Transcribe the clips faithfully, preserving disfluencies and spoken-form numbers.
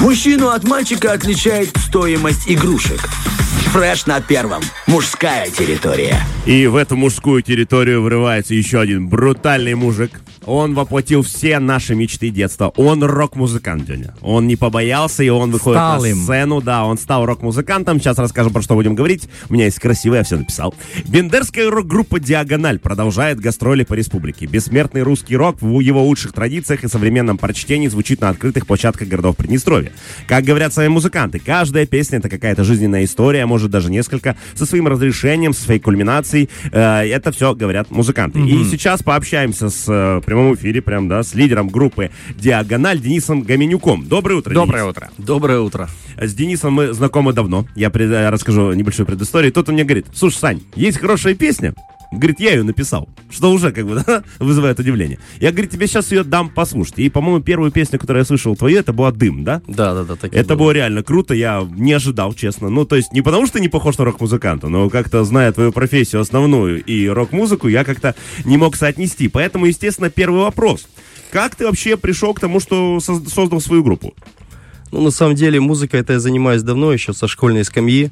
Мужчину от мальчика отличает стоимость игрушек. Фреш на первом. Мужская территория. И в эту мужскую территорию врывается еще один брутальный мужик. Он воплотил все наши мечты детства. Он рок-музыкант, Деня. Он не побоялся, и он выходит Стал на им. сцену. Да, он стал рок-музыкантом. Сейчас расскажем, про что будем говорить. У меня есть красивое, я все написал. Бендерская рок-группа «Диагональ» продолжает гастроли по республике. Бессмертный русский рок в его лучших традициях и современном прочтении звучит на открытых площадках городов Приднестровья. Как говорят сами музыканты, каждая песня — это какая-то жизненная история, может даже несколько, со своим разрешением, со своей кульминацией. Э, это все говорят музыканты. Mm-hmm. И сейчас пообщаемся с э, в прямом эфире, прям, да, с лидером группы «Диагональ» Денисом Гоменюком. Доброе утро, Доброе Денис. утро. Доброе утро. С Денисом мы знакомы давно. Я пред, расскажу небольшую предысторию. Тут он мне говорит: слушай, Сань, есть хорошая песня. Говорит, я ее написал. Что уже, как бы, да, вызывает удивление. Я, говорит, тебе сейчас ее дам послушать. И, по-моему, первую песню, которую я слышал твою, это была «Дым», да? Да, да, да. Так и Это было. было реально круто, я не ожидал, честно. Ну, то есть, не потому что не похож на рок-музыканта, но как-то, зная твою профессию основную и рок-музыку, я как-то не мог соотнести. Поэтому, естественно, первый вопрос. Как ты вообще пришел к тому, что соз- создал свою группу? Ну, на самом деле, музыкой это я занимаюсь давно, еще со школьной скамьи.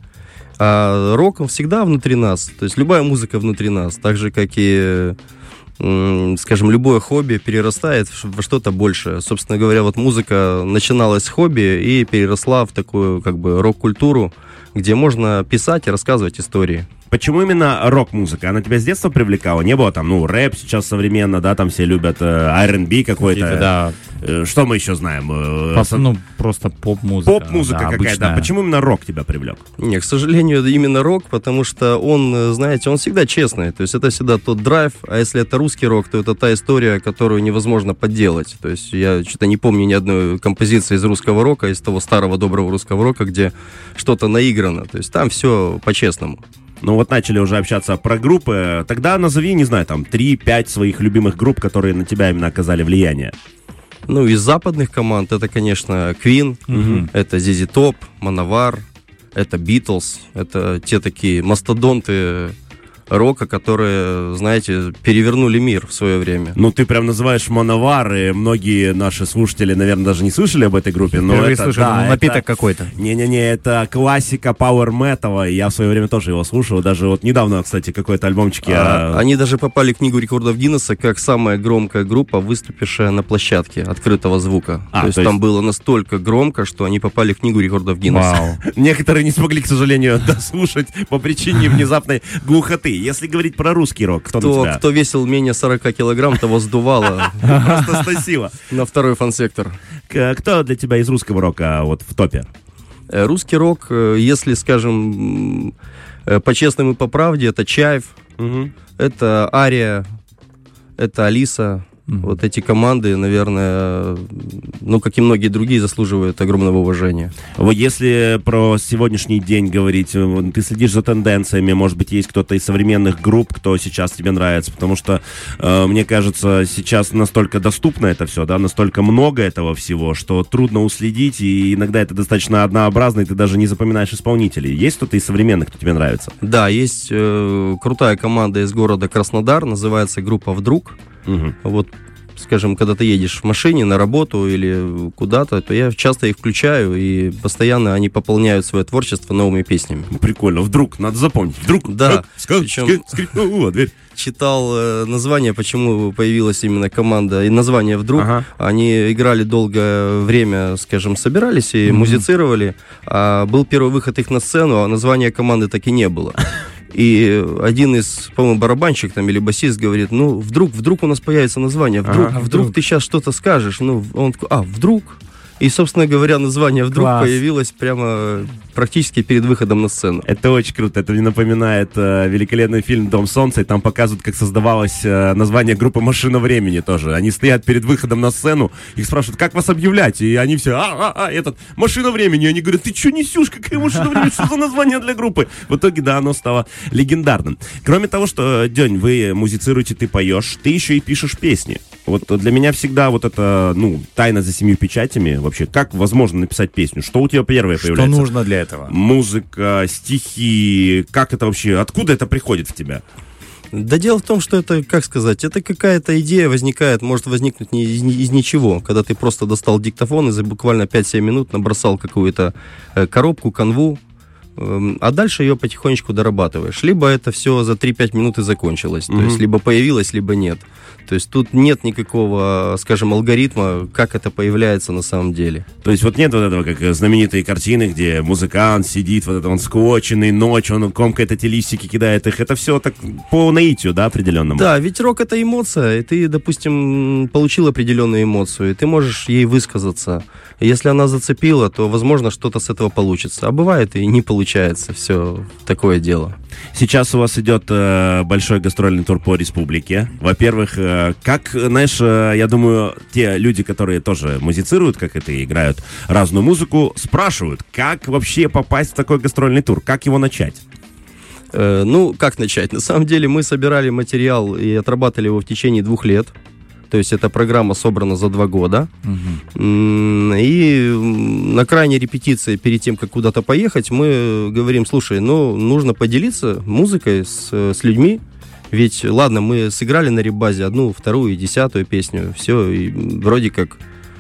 А рок, он всегда внутри нас. То есть любая музыка внутри нас. Так же, как и, м, скажем, любое хобби перерастает во что-то большее. Собственно говоря, вот музыка начиналась с хобби и переросла в такую, как бы, рок-культуру, где можно писать и рассказывать истории. Почему именно рок-музыка? Она тебя с детства привлекала? Не было там, ну, рэп сейчас современно, да, там все любят э, ар энд би какой-то. Да. Э, что мы еще знаем? Э, Поп- со- ну, просто поп-музыка. Поп-музыка да, какая-то. обычная. Почему именно рок тебя привлек? Не, к сожалению, это именно рок, потому что он, знаете, он всегда честный. То есть это всегда тот драйв, а если это русский рок, то это та история, которую невозможно подделать. То есть я что-то не помню ни одной композиции из русского рока, из того старого доброго русского рока, где что-то наиграно. То есть там все по-честному. Ну вот начали уже общаться про группы. Тогда назови, не знаю, там три-пять своих любимых групп, которые на тебя именно оказали влияние. Ну, из западных команд это, конечно, Queen, Мгм. это зет зет Top, Мановар, это Beatles, это те такие мастодонты рока, которые, знаете, перевернули мир в свое время. Ну, ты прям называешь Мановар, и многие наши слушатели, наверное, даже не слышали об этой группе. Но Впервые это, слышу, да, думал, это- напиток какой-то. Не-не-не, это классика пауэр-металла, и я в свое время тоже его слушал. Даже вот недавно, кстати, какой-то альбомчик я... А, Они даже попали в книгу рекордов Гиннесса как самая громкая группа, выступившая на площадке открытого звука. А, то есть то есть- там было настолько громко, что они попали в книгу рекордов Гиннесса. Вау. Некоторые не смогли, к сожалению, дослушать по причине внезапной глухоты. Если говорить про русский рок, кто, на Кто, тебя? кто весил менее сорок килограмм, того сдувало Просто сносило. на второй фан-сектор. К- Кто для тебя из русского рока вот в топе? Э, Русский рок, э, если, скажем, м, э, по-честному и по правде, это Чаев, это Ария, это Алиса. Мгм. Вот эти команды, наверное, ну, как и многие другие, заслуживают огромного уважения. Вот если про сегодняшний день говорить, э, ты следишь за тенденциями, может быть, есть кто-то из современных групп, кто сейчас тебе нравится, потому что, э, мне кажется, сейчас настолько доступно это все, да, настолько много этого всего, что трудно уследить, и иногда это достаточно однообразно, и ты даже не запоминаешь исполнителей. Есть кто-то из современных, кто тебе нравится? Да, есть э, крутая команда из города Краснодар, называется группа «Вдруг». Мгм. Вот, скажем, когда ты едешь в машине на работу или куда-то, то я часто их включаю, и постоянно они пополняют свое творчество новыми песнями. Прикольно, вдруг, надо запомнить, вдруг, Да, э, ска- причем- ска- скрипнула дверь. Читал э, название, почему появилась именно команда, и название «Вдруг». Ага. Они играли долгое время, скажем, собирались и Мгм. музицировали, а был первый выход их на сцену, а названия команды так и не было. И один из, по-моему, барабанщик там или басист говорит: ну, вдруг, вдруг у нас появится название, вдруг, Ага. вдруг ты сейчас что-то скажешь. Ну, он такой: а, вдруг? И, собственно говоря, название «Вдруг» Класс. появилось прямо практически перед выходом на сцену. Это очень круто. Это мне напоминает э, великолепный фильм «Дом солнца», и там показывают, как создавалось э, название группы «Машина времени» тоже. Они стоят перед выходом на сцену, их спрашивают, как вас объявлять? И они все, а-а-а, этот, «Машина времени». И они говорят, ты что несешь? Какая «Машина времени»? Что за название для группы? В итоге, да, оно стало легендарным. Кроме того, что, День, вы музицируете, ты поешь, ты еще и пишешь песни. Вот для меня всегда вот это, ну, тайна за семью печатями вообще. Как возможно написать песню? Что у тебя первое Что появляется? нужно для этого? Музыка, стихи, как это вообще, откуда это приходит в тебя? Да дело в том, что это, как сказать, это какая-то идея возникает, может возникнуть не из, из ничего, когда ты просто достал диктофон и за буквально пять-семь минут набросал какую-то коробку, канву, а дальше ее потихонечку дорабатываешь. Либо это все за три-пять минут и закончилось, mm-hmm. то есть либо появилось, либо нет. То есть тут нет никакого, скажем, алгоритма, как это появляется на самом деле. То есть вот нет вот этого, как знаменитые картины, где музыкант сидит, вот это он скотченный, ночью он комкает эти листики, кидает их. Это все так по наитию, да, определенному? Да, ведь рок — это эмоция, и ты, допустим, получил определенную эмоцию, и ты можешь ей высказаться. Если она зацепила, то, возможно, что-то с этого получится. А бывает и не получается. Все такое дело. Сейчас у вас идет э, большой гастрольный тур по республике. Во-первых, э, как, знаешь, э, я думаю, те люди, которые тоже музицируют, как это, и играют разную музыку, спрашивают, как вообще попасть в такой гастрольный тур? Как его начать? Э, ну, как начать? На самом деле мы собирали материал и отрабатывали его в течение двух лет. То есть эта программа собрана за два года. Uh-huh. И на крайней репетиции, перед тем, как куда-то поехать, мы говорим, слушай, ну, нужно поделиться музыкой с, с людьми. Ведь, ладно, мы сыграли на реп-базе одну, вторую, десятую песню. Все, и вроде как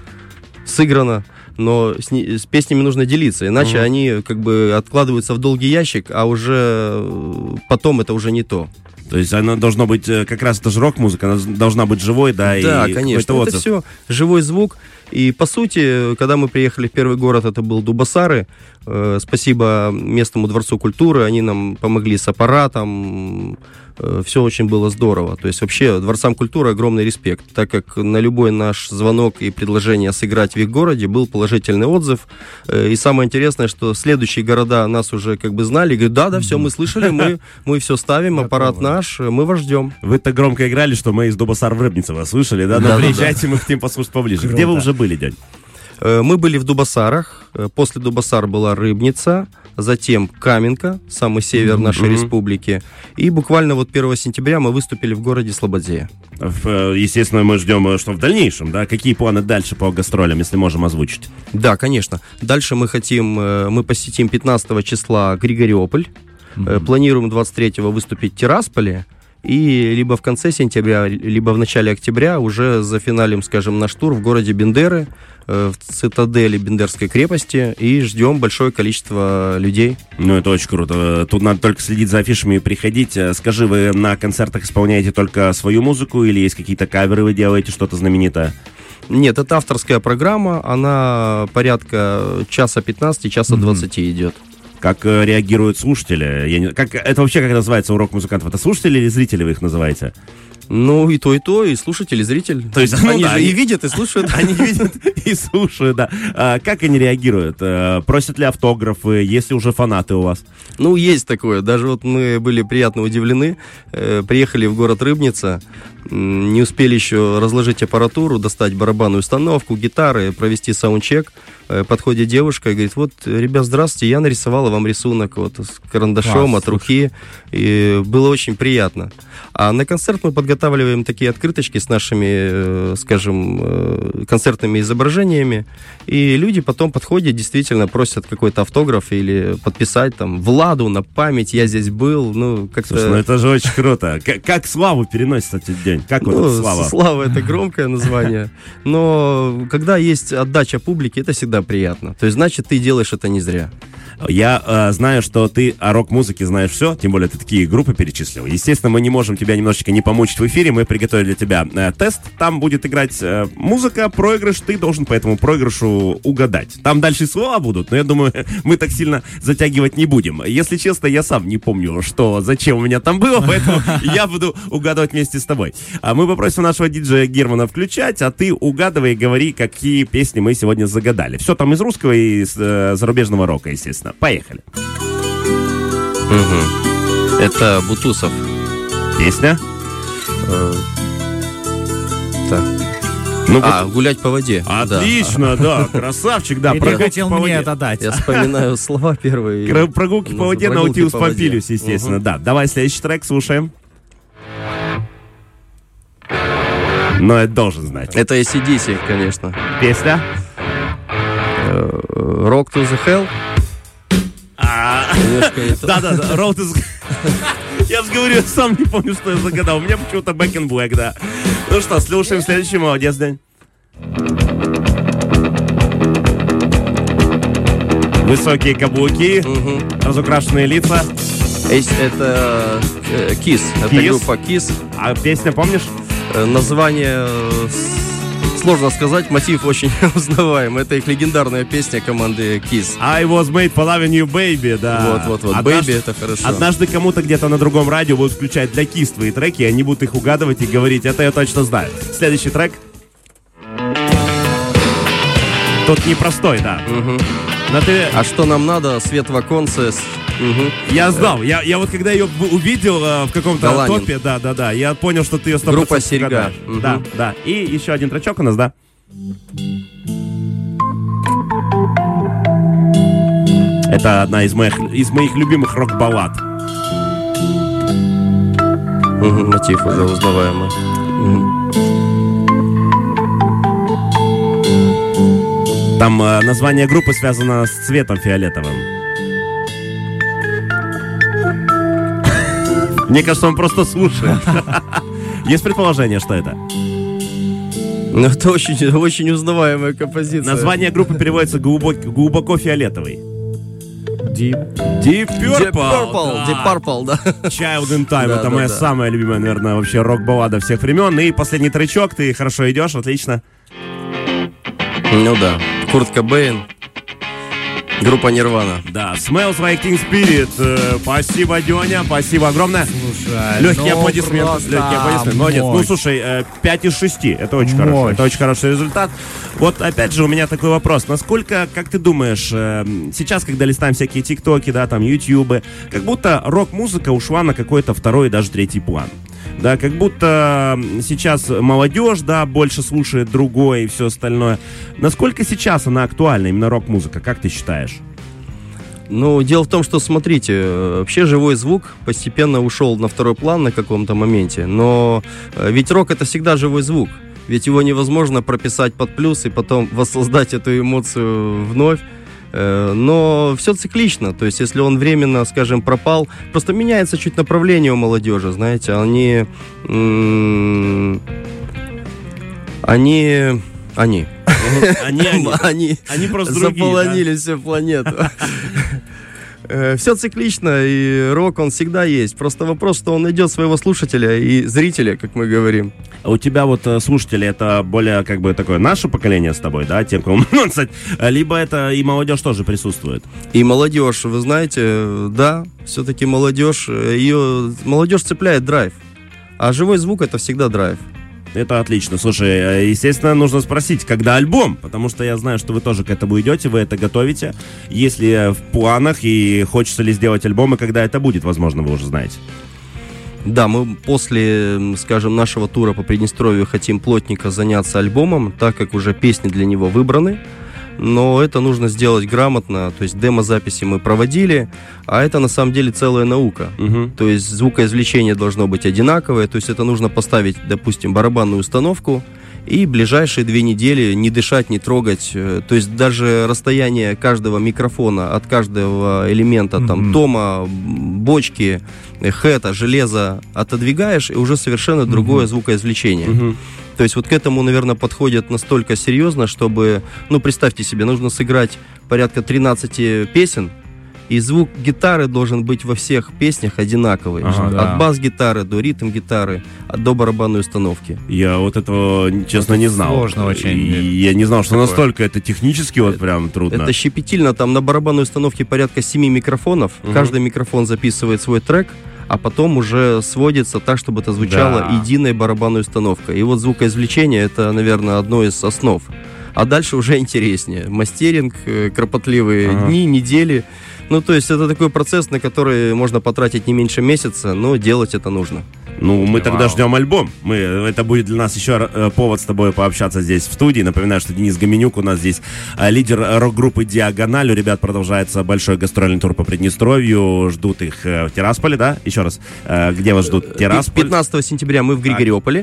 сыграно. Но с, не, с песнями нужно делиться, иначе uh-huh. они как бы откладываются в долгий ящик, а уже потом это уже не то. То есть она должна быть, как раз это же рок-музыка, она должна быть живой, да? Да, и конечно, это все живой звук. И, по сути, когда мы приехали в первый город, это был Дубасары. Э, спасибо местному дворцу культуры, они нам помогли с аппаратом. Э, все очень было здорово. То есть, вообще, дворцам культуры огромный респект, так как на любой наш звонок и предложение сыграть в их городе был положительный отзыв. Э, и самое интересное, что следующие города нас уже как бы знали, говорят, да-да, все, мы слышали, мы, мы все ставим, аппарат наш, мы вас ждем. Вы так громко играли, что мы из Дубасар в Рыбнице слышали, да? Но приезжайте, мы хотим послушать поближе. Где вы уже были, дядь? Мы были в Дубасарах, после Дубасар была Рыбница, затем Каменка, самый север нашей mm-hmm. республики, и буквально вот первого сентября мы выступили в городе Слободея. Естественно, мы ждем, что в дальнейшем, да? Какие планы дальше по гастролям, если можем озвучить? Да, конечно. Дальше мы хотим, мы посетим пятнадцатого числа Григориополь, mm-hmm. планируем двадцать третьего выступить в Тирасполе, и либо в конце сентября, либо в начале октября уже зафиналим, скажем, наш тур в городе Бендеры, в цитадели Бендерской крепости, и ждем большое количество людей. Ну, это очень круто. Тут надо только следить за афишами и приходить. Скажи, вы на концертах исполняете только свою музыку или есть какие-то каверы, вы делаете что-то знаменитое? Нет, это авторская программа, она порядка часа пятнадцати, часа двадцати mm-hmm. идет. Как э, реагируют слушатели? Я не... как, это вообще как называется у рок-музыкантов? Это слушатели или зрители вы их называете? Ну, и то, и то, и слушатель, и зритель. То есть, они ну, да, же и видят, и слушают. Они видят и слушают, да. А как они реагируют? Просят ли автографы? Есть ли уже фанаты у вас? Ну, есть такое. Даже вот мы были приятно удивлены. Приехали в город Рыбница, не успели еще разложить аппаратуру, достать барабанную установку, гитары, провести саундчек. Подходит девушка и говорит, вот, ребят, здравствуйте, я нарисовала вам рисунок вот с карандашом. Класс, от руки. И было очень приятно. А на концерт мы подготавливаем такие открыточки с нашими, скажем, концертными изображениями. И люди потом подходят, действительно просят какой-то автограф или подписать там Владу на память, я здесь был. Ну, как-то... Слушай, ну это же очень круто. Как, как славу переносится этот день? Как ну, вот эта слава? Слава — это громкое название. Но когда есть отдача публике, это всегда приятно. То есть, значит, ты делаешь это не зря. Я э, знаю, что ты о рок-музыке знаешь все, тем более ты такие группы перечислил. Естественно, мы не можем тебя немножечко не помучить в эфире, мы приготовили для тебя э, тест. Там будет играть э, музыка, проигрыш, ты должен по этому проигрышу угадать. Там дальше слова будут, но я думаю, мы так сильно затягивать не будем. Если честно, я сам не помню, что, зачем у меня там было, поэтому я буду угадывать вместе с тобой. А мы попросим нашего диджея Германа включать, а ты угадывай и говори, какие песни мы сегодня загадали. Все там из русского и из э, зарубежного рока, естественно. Поехали. Угу. Это Бутусов. Песня? Э, так. Ну, а, вот... «Гулять по воде». Отлично, да, да, красавчик, да. И ты хотел мне это дать. Я вспоминаю слова первые. Прогулки по воде, Наутилус Помпилиус, естественно, да. Давай следующий трек слушаем. Но это должен знать. Это эй си ди си, конечно. Песня? Rock to the Hell. Да-да-да, Road to the... Я же говорю, я сам не помню, что я загадал. У меня почему-то Back in Black, да. Ну что, слушаем следующий. Молодец, Дань. Высокие каблуки, угу. Разукрашенные лица. Это э, Kiss. Это Kiss? Группа Kiss. А песня помнишь? Э, название э, сложно сказать, мотив очень узнаваем. Это их легендарная песня команды Kiss. I was made for loving you, baby, да. Вот, вот, вот. Однажды, baby, это хорошо. Однажды кому-то где-то на другом радио будут включать для Kiss твои треки, и они будут их угадывать и говорить, это я точно знаю. Следующий трек. Тут непростой, да. Угу. Но ты... А что нам надо? Свет в оконце. Угу. Я знал. Я, я вот когда ее увидел э, в каком-то Галанин. Топе, да, да, да, я понял, что ты ее сто процентов Группа Серьга. Угу. Да, да. И еще один тречок у нас, да. Это одна из моих, из моих любимых рок-баллад. Угу, мотив уже узнаваемый. Угу. Там э, название группы связано с цветом фиолетовым. Мне кажется, он просто слушает. Есть предположение, что это? Ну, это очень, очень узнаваемая композиция. Название группы переводится глубоко, глубоко фиолетовый. Deep. Deep Purple. Deep Purple, да. Deep Purple, да. Child in Time. Да, это да, моя да. самая любимая, наверное, вообще рок-баллада всех времен. И последний тречок. Ты хорошо идешь, отлично. Ну да. Курт Кобейн. Группа Нирвана. Да, Smells Like Teen Spirit. Э, спасибо, Дёня, спасибо огромное. Слушай, Легкий ну аплодисмент. Легкий аплодисмент. Молодец. мощь. Ну, слушай, э, пять из шести. Это очень Мощь. хорошо. Это очень хороший результат. Вот, опять же, у меня такой вопрос. Насколько, как ты думаешь, э, сейчас, когда листаем всякие тиктоки, да, там, ютубы, как будто рок-музыка ушла на какой-то второй, даже третий план. Да, как будто сейчас молодежь, да, больше слушает другое и все остальное. Насколько сейчас она актуальна, именно рок-музыка, как ты считаешь? Ну, дело в том, что, смотрите, вообще живой звук постепенно ушел на второй план на каком-то моменте, но ведь рок — это всегда живой звук, ведь его невозможно прописать под плюс и потом воссоздать эту эмоцию вновь. Но все циклично, то есть если он временно, скажем, пропал, просто меняется чуть направление у молодежи, знаете, они... М- они... Они... Они, они, они, они просто другие, заполонили да? всю планету. Все циклично, и рок, он всегда есть. Просто вопрос, что он найдет своего слушателя и зрителя, как мы говорим. А у тебя вот э, слушатели, это более как бы такое наше поколение с тобой, да, тем, кому можно сказать, либо это и молодежь тоже присутствует? И молодежь, вы знаете, да, все-таки молодежь, ее молодежь цепляет драйв. А живой звук — это всегда драйв. Это отлично. Слушай, естественно, нужно спросить, когда альбом, потому что я знаю, что вы тоже к этому идете, вы это готовите. Если в планах и хочется ли сделать альбом, и когда это будет, возможно, вы уже знаете. Да, мы после, скажем, нашего тура по Приднестровью хотим плотненько заняться альбомом, так как уже песни для него выбраны. Но это нужно сделать грамотно, то есть демо-записи мы проводили, а это на самом деле целая наука. Угу. То есть звукоизвлечение должно быть одинаковое, то есть это нужно поставить, допустим, барабанную установку и ближайшие две недели не дышать, не трогать. То есть даже расстояние каждого микрофона от каждого элемента, mm-hmm. там, тома, бочки, хэта, железа отодвигаешь, и уже совершенно mm-hmm. другое звукоизвлечение. Mm-hmm. То есть вот к этому, наверное, подходят настолько серьезно, чтобы, ну, представьте себе, нужно сыграть порядка тринадцать песен, и звук гитары должен быть во всех песнях одинаковый. Ага, от да. бас-гитары до ритм-гитары, до барабанной установки. Я вот этого, честно, не знал. Сложно очень. И я не знал, что Такое. настолько это технически вот прям трудно. Это щепетильно, там на барабанной установке порядка семи микрофонов, Угу. каждый микрофон записывает свой трек, а потом уже сводится так, чтобы это звучало Да. единой барабанной установкой. И вот звукоизвлечение — это, наверное, одно из основ. А дальше уже интереснее. Мастеринг, э, кропотливые Ага. дни, недели. Ну, то есть это такой процесс, на который можно потратить не меньше месяца, но делать это нужно. Ну, мы тогда Вау. ждем альбом. Мы, это будет для нас еще э, повод с тобой пообщаться здесь в студии. Напоминаю, что Денис Гоменюк у нас здесь э, лидер рок-группы «Диагональ». У ребят продолжается большой гастрольный тур по Приднестровью. Ждут их э, в Тирасполе, да? Еще раз, э, где вас ждут? Тирасполь? пятнадцатого сентября мы в Григориополе.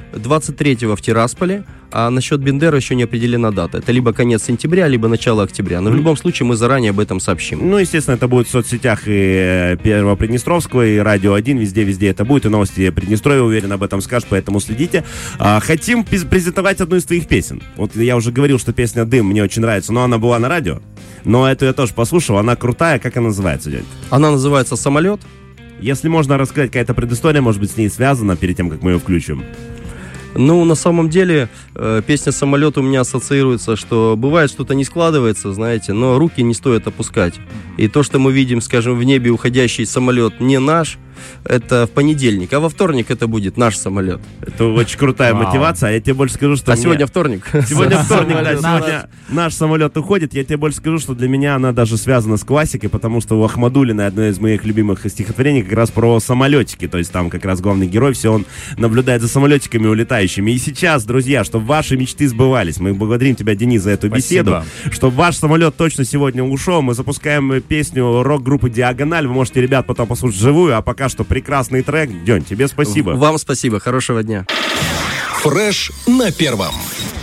двадцать третьего в Тирасполе, а насчет Бендера еще не определена дата. Это либо конец сентября, либо начало октября. Но в любом случае мы заранее об этом сообщим. Ну, естественно, это будет в соцсетях и Первого Приднестровского, и Радио один, везде-везде это будет, и новости Приднестровья, уверен, об этом скажут, поэтому следите. А, хотим презентовать одну из твоих песен. Вот я уже говорил, что песня «Дым» мне очень нравится, но она была на радио. Но эту я тоже послушал, она крутая. Как она называется, дядь? Она называется «Самолет». Если можно рассказать, какая-то предыстория, может быть, с ней связана, перед тем, как мы ее включим. Ну, на самом деле, э, песня «Самолет» у меня ассоциируется, что бывает, что-то не складывается, знаете, но руки не стоит опускать. И то, что мы видим, скажем, в небе уходящий самолет не наш, это в понедельник, а во вторник это будет наш самолет. Это очень крутая Вау. мотивация. Я тебе больше скажу, что... А мне... сегодня вторник. Сегодня вторник, да, Самолет сегодня наш самолет уходит. Я тебе больше скажу, что для меня она даже связана с классикой, потому что у Ахмадуллина одно из моих любимых стихотворений как раз про самолетики. То есть там как раз главный герой, все он наблюдает за самолетиками улетающими. И сейчас, друзья, чтобы ваши мечты сбывались, мы благодарим тебя, Денис, за эту Спасибо. беседу. Чтобы ваш самолет точно сегодня ушел, мы запускаем песню рок-группы «Диагональ». Вы можете, ребят, потом послушать вживую, а пока что прекрасный трек. День, тебе спасибо. Вам спасибо, хорошего дня. Фреш на первом.